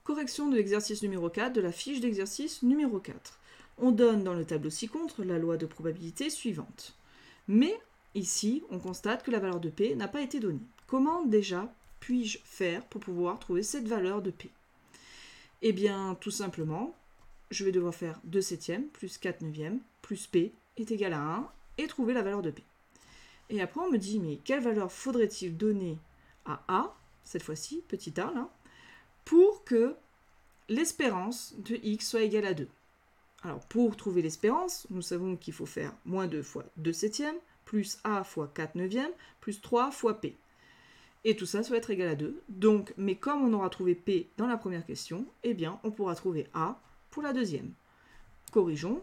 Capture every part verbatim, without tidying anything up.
Correction de l'exercice numéro quatre de la fiche d'exercice numéro quatre. On donne dans le tableau ci-contre la loi de probabilité suivante. Mais ici, on constate que la valeur de P n'a pas été donnée. Comment déjà puis-je faire pour pouvoir trouver cette valeur de P? Eh bien, tout simplement, je vais devoir faire deux septièmes plus quatre neuvièmes plus P est égal à un et trouver la valeur de P. Et après, on me dit, mais quelle valeur faudrait-il donner à A, cette fois-ci, petit a, là, pour que l'espérance de x soit égale à deux. Alors, pour trouver l'espérance, nous savons qu'il faut faire moins deux fois deux septièmes, plus a fois quatre neuvièmes, plus trois fois p. Et tout ça, ça va être égal à deux. Donc, mais comme on aura trouvé p dans la première question, eh bien, on pourra trouver a pour la deuxième. Corrigeons.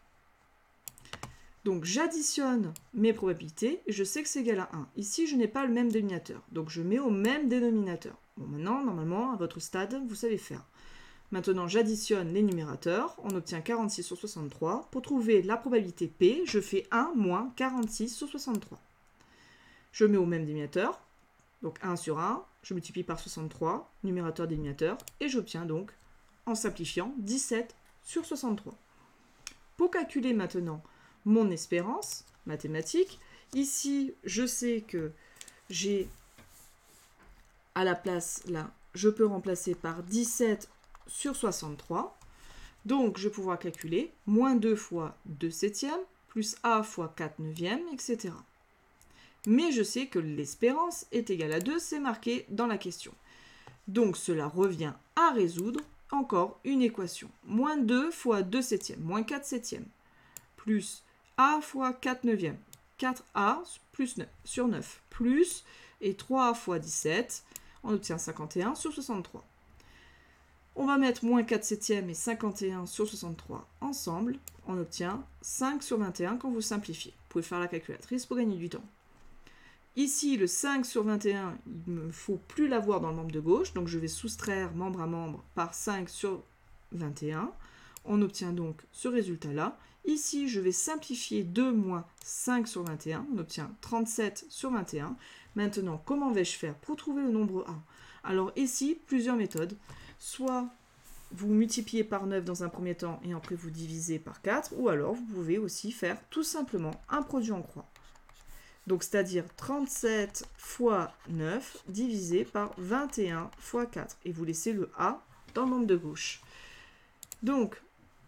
Donc, j'additionne mes probabilités, et je sais que c'est égal à un. Ici, je n'ai pas le même dénominateur, donc je mets au même dénominateur. Bon, maintenant, normalement, à votre stade, vous savez faire. Maintenant, j'additionne les numérateurs, on obtient quarante-six sur soixante-trois. Pour trouver la probabilité P, je fais un moins quarante-six sur soixante-trois. Je mets au même dénominateur, donc un sur un, je multiplie par soixante-trois, numérateur, dénominateur, et j'obtiens donc, en simplifiant, dix-sept sur soixante-trois. Pour calculer maintenant mon espérance mathématique, ici, je sais que j'ai à la place, là, je peux remplacer par dix-sept sur soixante-trois. Donc, je vais pouvoir calculer moins deux fois deux septièmes, plus a fois quatre neuvièmes, et cetera. Mais je sais que l'espérance est égale à deux, c'est marqué dans la question. Donc, cela revient à résoudre encore une équation. Moins deux fois deux septièmes, moins quatre septièmes, plus a fois quatre neuvièmes, quatre a plus neuf, sur neuf, plus, et trois fois dix-sept, on obtient cinquante et un sur soixante-trois. On va mettre moins quatre septièmes et cinquante et un sur soixante-trois ensemble, on obtient cinq sur vingt et un quand vous simplifiez. Vous pouvez faire la calculatrice pour gagner du temps. Ici, le cinq sur vingt et un, il ne me faut plus l'avoir dans le membre de gauche, donc je vais soustraire membre à membre par cinq sur vingt et un. On obtient donc ce résultat-là. Ici, je vais simplifier deux moins cinq sur vingt et un. On obtient trente-sept sur vingt et un. Maintenant, comment vais-je faire pour trouver le nombre a? Alors ici, plusieurs méthodes. Soit vous multipliez par neuf dans un premier temps et après vous divisez par quatre, ou alors vous pouvez aussi faire tout simplement un produit en croix. Donc, c'est-à-dire trente-sept fois neuf divisé par vingt et un fois quatre. Et vous laissez le a dans le membre de gauche. Donc,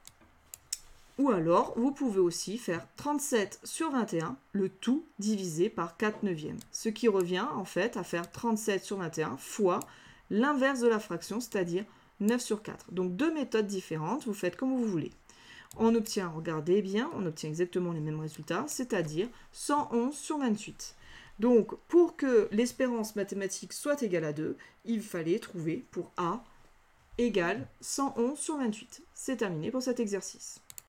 ou alors, vous pouvez aussi faire trente-sept sur vingt et un, le tout divisé par quatre neuvièmes. Ce qui revient en fait à faire trente-sept sur vingt et un fois l'inverse de la fraction, c'est-à-dire neuf sur quatre. Donc deux méthodes différentes, vous faites comme vous voulez. On obtient, regardez bien, on obtient exactement les mêmes résultats, c'est-à-dire cent onze sur vingt-huit. Donc pour que l'espérance mathématique soit égale à deux, il fallait trouver pour A égale cent onze sur vingt-huit. C'est terminé pour cet exercice.